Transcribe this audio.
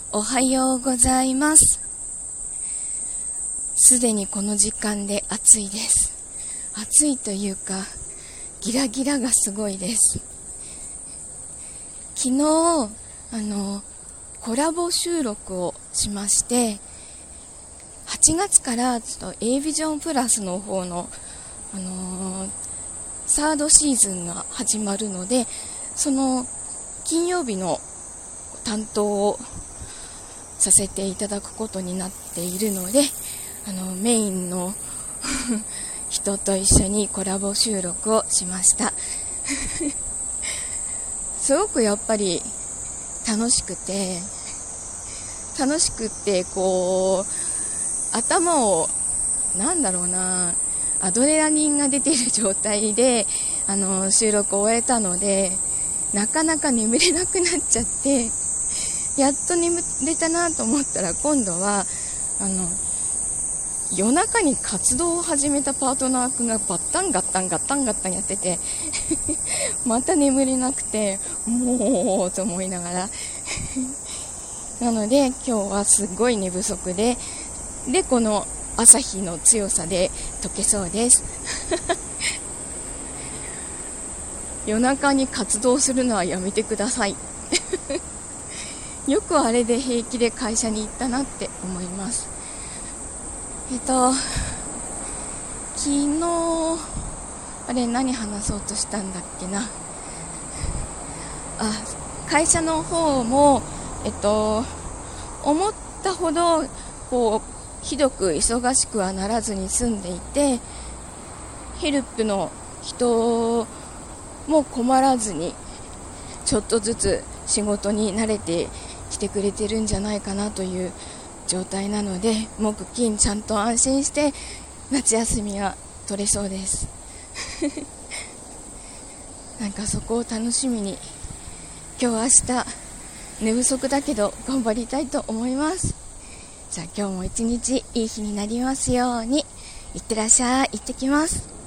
おはようございます。すでにこの時間で暑いです。暑いというかギラギラがすごいです。昨日コラボ収録をしまして、8月からちょっと A ビジョンプラスの方の、サードシーズンが始まるので、その金曜日の担当をさせていただくことになっているので、メインの人と一緒にコラボ収録をしましたすごくやっぱり楽しくてこう頭をアドレナリンが出ている状態で収録を終えたので、なかなか眠れなくなっちゃって、やっと眠れたなと思ったら、今度は夜中に活動を始めたパートナー君がバッタンガッタンやっててまた眠れなくて、もうと思いながらなので今日はすごい寝不足でこの朝日の強さで溶けそうです夜中に活動するのはやめてくださいよくあれで平気で会社に行ったなって思います。昨日何話そうとしたんだっけな。会社の方も思ったほどひどく忙しくはならずに済んでいて、ヘルプの人も困らずにちょっとずつ仕事に慣れてきてくれてるんじゃないかなという状態なので、木金ちゃんと安心して夏休みは取れそうですそこを楽しみに今日明日寝不足だけど頑張りたいと思います。じゃあ今日も一日いい日になりますように。いってらっしゃい。行ってきます。